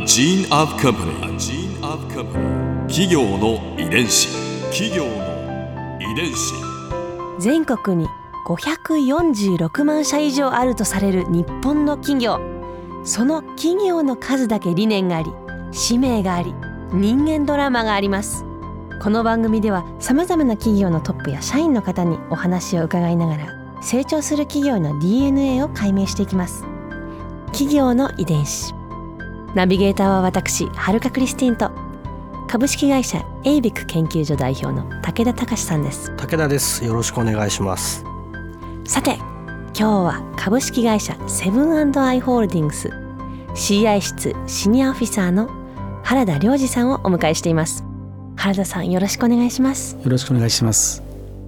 gene of company.企業の遺伝子。 全国に546万社以上あるとされる日本の企業。その企業の数だけ理念があり、使命があり、人間ドラマがあります。この番組ではさまざまな企業のトップや社員の方にお話を伺いながら、成長する企業の DNA を解明していきます。企業の遺伝子。ナビゲーターは私、はるかクリスティンと株式会社エイビック研究所代表の武田隆さんです。 武田です。よろしくお願いします。 さて、今日は株式会社セブン&アイ・ホールディングス CI 室シニアオフィサーの原田良二さんをお迎えしています。原田さん、よろしくお願いします。 よろしくお願いします。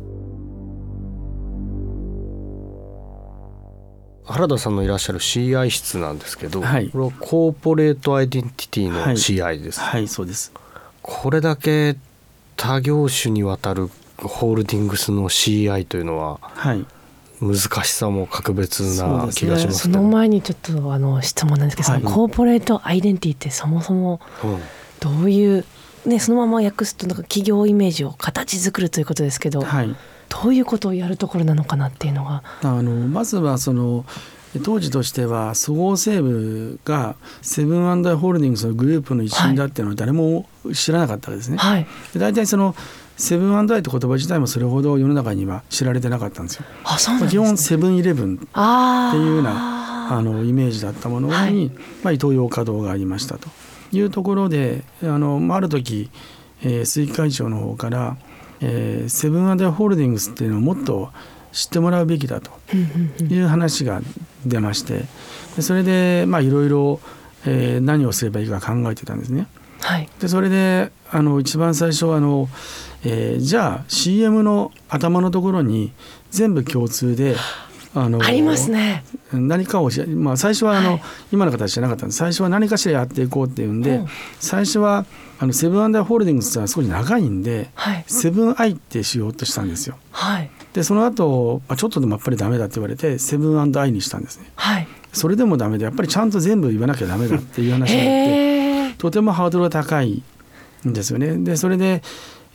原田さんのいらっしゃる CI 室なんですけど、 はい、 これはコーポレートアイデンティティの CI です。 はい、はい、そうです。 これだけ他業種にわたるホールディングスの CI というのは、はい、難しさも格別な気がします。 その前にちょっと質問なんですけど、はい、コーポレートアイデンティティってそもそもどういう、そのまま訳すとなんか企業イメージを形作るということですけど、はい、どういうことをやるところなのかなっていうのが、 まずは当時としてはそごう・西武がセブン&アイ・ホールディングスのグループの一員だっていうのは誰も知らなかったわけですね。はい、で大体セブン&アイって言葉自体もそれほど世の中には知られてなかったんですよ。 あ、そうなんですね。 基本セブンイレブンっていうようなイメージだったものに、はい、イトーヨーカドーがありましたというところで、ある時、鈴木会長の方からセブン&アイ・ホールディングスっていうのをもっと知ってもらうべきだという話が出まして、それでいろいろ何をすればいいか考えてたんですね。はい、でそれで一番最初はじゃあ CM の頭のところに全部共通でありますね。 何かを最初は今の形じゃなかったんです。最初は何かしらやっていこうっていうんで、最初はセブン&アイ・ホールディングスは少し長いんで、セブンアイってしようとしたんですよ。はい、でその後ちょっとでもやっぱりダメだって言われてセブン&アイにしたんですね。はい、それでもダメでやっぱりちゃんと全部言わなきゃダメだっていう話になってとてもハードルが高いんですよね。でそれで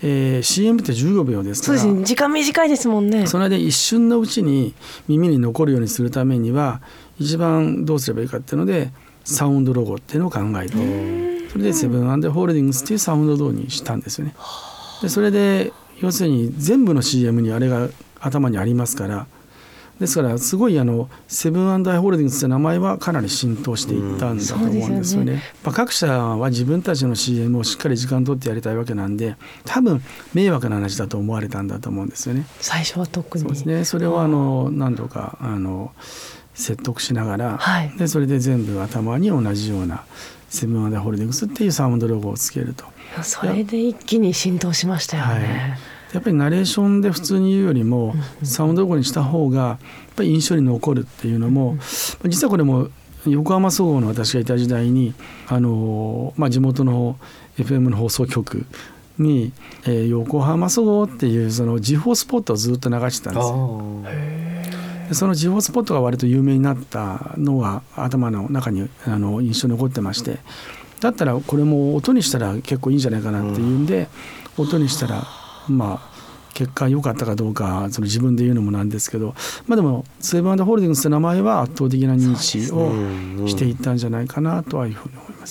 CM って15秒ですから、 そうですね、時間短いですもんね。 それで一瞬のうちに耳に残るようにするためには一番どうすればいいかっていうのでサウンドロゴっていうのを考えて、それでセブン&アイ・ホールディングスっていうサウンドロゴにしたんですよね。でそれで要するに全部の CM にあれが頭にありますから、ですからすごいセブン&アイ・ホールディングスって名前はかなり浸透していったんだと思うんですよね。各社は自分たちの CM をしっかり時間取ってやりたいわけなんで、多分迷惑な話だと思われたんだと思うんですよね。 最初は特にそうですね。それを何度か説得しながら、はい、でそれで全部頭に同じようなセブン&アイ・ホールディングスっていうサウンドロゴをつけると。 それで一気に浸透しましたよね。はい、 やっぱりナレーションで普通に言うよりもサウンドロゴにした方がやっぱり印象に残るっていうのも、実はこれも横浜そごうの私がいた時代に地元の FM の放送局に、横浜そごうっていうその時報スポットをずっと流してたんですよ。でその時報スポットが割と有名になったのが頭の中に印象に残ってまして、だったらこれも音にしたら結構いいんじゃないかなっていうんで、音にしたら結果良かったかどうか自分で言うのもなんですけど、でもセブン&ホールディングスという名前は圧倒的な認知をしていったんじゃないかなとはいうふうに思います。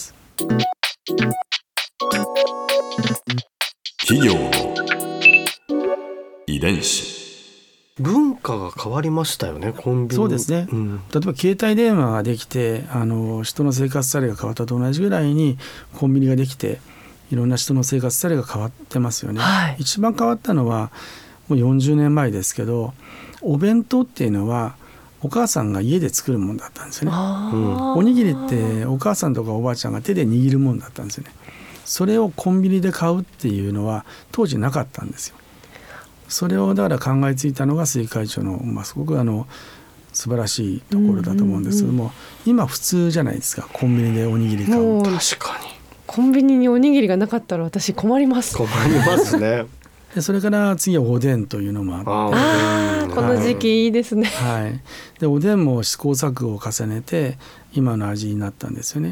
企業の遺伝子。 文化が変わりましたよね、コンビニ。 そうですね、例えば携帯電話ができて人の生活スタイルが変わったと同じぐらいにコンビニができていろんな人の生活スタイルが変わってますよね。はい、一番変わったのはもう40年前ですけど、お弁当っていうのはお母さんが家で作るものだったんですよね。おにぎりってお母さんとかおばあちゃんが手で握るものだったんですよね。それをコンビニで買うっていうのは当時なかったんですよ。それをだから考えついたのが鈴木会長の、すごく素晴らしいところだと思うんですけども、今普通じゃないですか、コンビニでおにぎり買う。 確かにコンビニにおにぎりがなかったら私困ります。 困りますね。 でそれから次はおでんというのもあって、 この時期いいですね。 はい、でおでんも試行錯誤を重ねて今の味になったんですよね。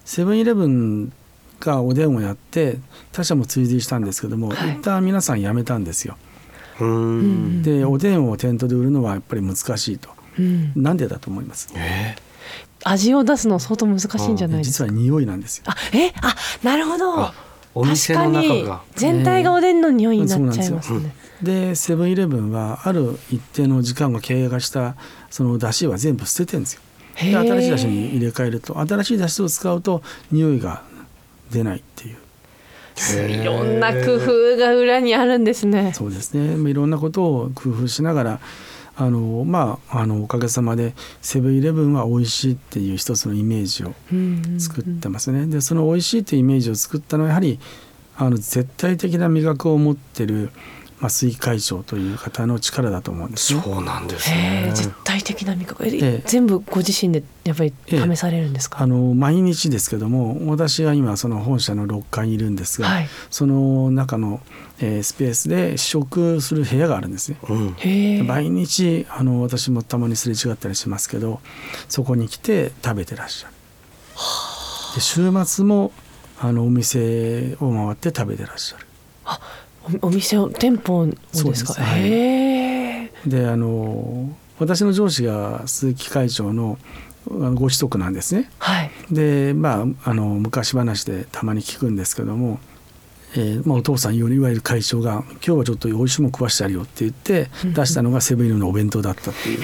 セブンイレブンがおでんをやって他社も追随したんですけども、一旦皆さんやめたんですよ。でおでんを店頭で売るのはやっぱり難しいと、なんでだと思います？ 味を出すの相当難しいんじゃないですか？ 実は匂いなんですよ。 なるほど。 お店の中が全体がおでんの匂いになっちゃいますね。 でセブンイレブンはある一定の時間が経過したその出汁は全部捨ててるんですよ。で新しい出汁に入れ替えると、新しい出汁を使うと匂いが出ないっていう、 いろんな工夫が裏にあるんですね。 そうですね、いろんなことを工夫しながらおかげさまでセブンイレブンは美味しいっていう一つのイメージを作ってますね。でその美味しいっていうイメージを作ったのはやはり絶対的な味覚を持ってる増井会長という方の力だと思うんですね。 そうなんですね。 絶対的な味覚、全部ご自身でやっぱり試されるんですか？ 毎日ですけども、私が今その本社の6階にいるんですが、その中のスペースで試食する部屋があるんですね。毎日私もたまにすれ違ったりしますけど、そこに来て食べてらっしゃる。で週末もお店を回って食べてらっしゃる。 お店を店舗をですか？ で私の上司が鈴木会長のご子息なんですね。で昔話でたまに聞くんですけども、お父さんいわゆる会長が今日はちょっと美味しいもの食わしてあるよって言って出したのがセブンイレブンのお弁当だったっていう。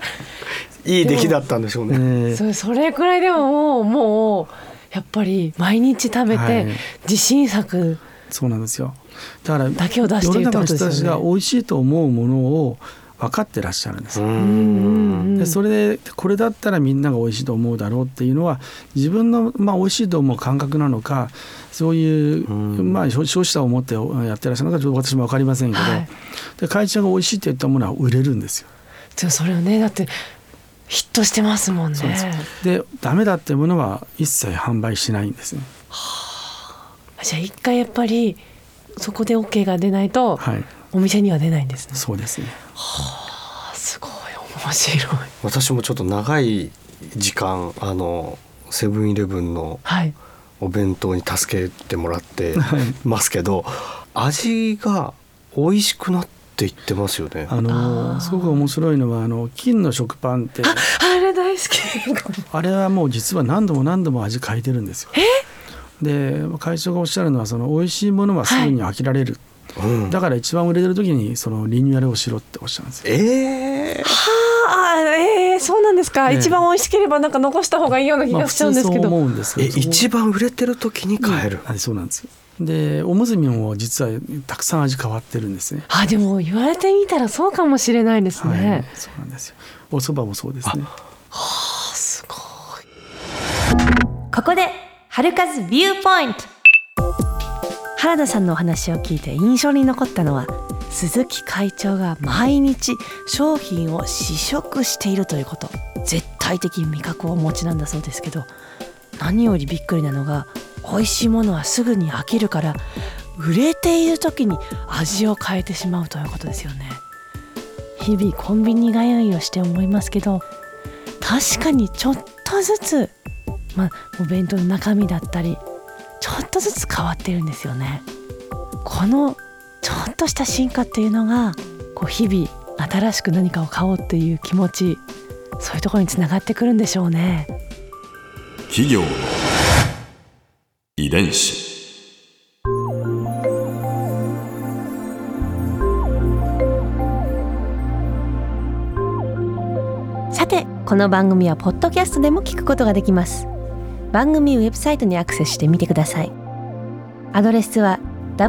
いい出来だったんでしょうね。 それくらいでもうやっぱり毎日食べて自信作、 そうなんですよ。だからだけを出しているってことですよね。 世の中の人たちが美味しいと思うものを分かってらっしゃるんですよ。でそれでこれだったらみんなが美味しいと思うだろうっていうのは自分の美味しいと思う感覚なのか、そういう消費者を持ってやってらっしゃるのかちょっと私も分かりませんけど、で会社が美味しいって言ったものは売れるんですよ。 それをね、だってヒットしてますもんね。 でダメだっていうものは一切販売しないんですね。 じゃあ一回やっぱりそこで OK が出ないと、お店には出ないんですね。 そうですね。 すごい面白い。 私もちょっと長い時間セブンイレブンのお弁当に助けてもらってますけど、味が美味しくなっていってますよね。 すごく面白いのは金の食パンってあれ大好きあれはもう実は何度も味変えてるんですよ。で会長がおっしゃるのは美味しいものはすぐに飽きられる、だから一番売れてる時にリニューアルをしろっておっしゃるんですよ。 そうなんですか。一番美味しければなんか残した方がいいような気がしちゃうんですけど、 そう思うんですけど、 一番売れてる時に変える、 そうなんですよ。でおむすびも実はたくさん味変わってるんですね。 でも言われてみたらそうかもしれないですね。 そうなんですよ。お蕎麦もそうですね。 すごい。 ここで春風ビューポイント。原田さんのお話を聞いて印象に残ったのは、鈴木会長が毎日商品を試食しているということ。絶対的味覚をお持ちなんだそうですけど、何よりびっくりなのが、美味しいものはすぐに飽きるから売れている時に味を変えてしまうということですよね。日々コンビニ通いをして思いますけど、確かにちょっとずつお弁当の中身だったりちょっとずつ変わってるんですよね。このちょっとした進化っていうのが日々新しく何かを買おうっていう気持ち、そういうところにつながってくるんでしょうね。 企業の遺伝子。 さて、この番組はポッドキャストでも聞くことができます。番組ウェブサイトにアクセスしてみてください。アドレスは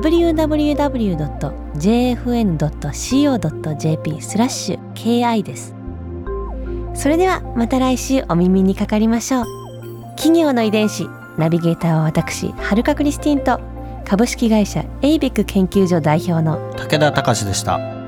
www.jfn.co.jp/ki です。それではまた来週お耳にかかりましょう。企業の遺伝子、ナビゲーターは私、春香クリスティンと株式会社エイベック研究所代表の武田隆でした。